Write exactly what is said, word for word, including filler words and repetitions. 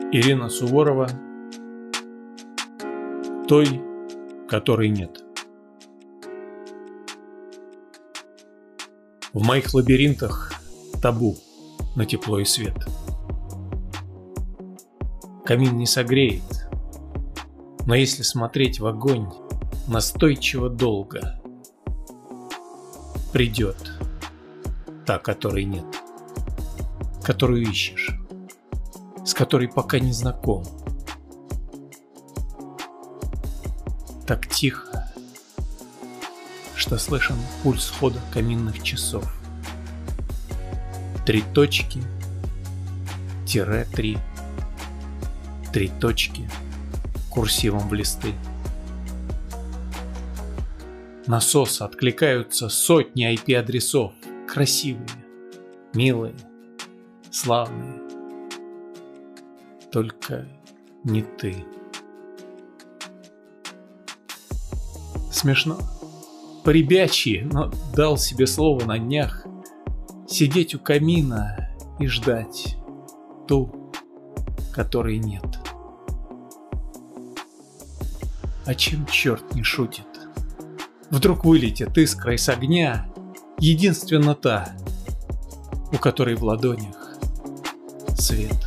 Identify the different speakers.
Speaker 1: Ирина Суворова. Той, которой нет. В моих лабиринтах табу на тепло и свет. Камин не согреет, но если смотреть в огонь настойчиво долго, придет та, которой нет, которую ищешь, с которой пока не знаком. Так тихо, что слышен пульс хода каминных часов. Три точки, тире три, три точки курсивом в листы. На сос откликаются сотни ай пи-адресов, красивые, милые, славные. Только не ты. Смешно, по-ребячьи, но дал себе слово на днях сидеть у камина и ждать ту, которой нет. А чем черт не шутит? Вдруг вылетит искра из огня, единственно та, у которой в ладонях свет.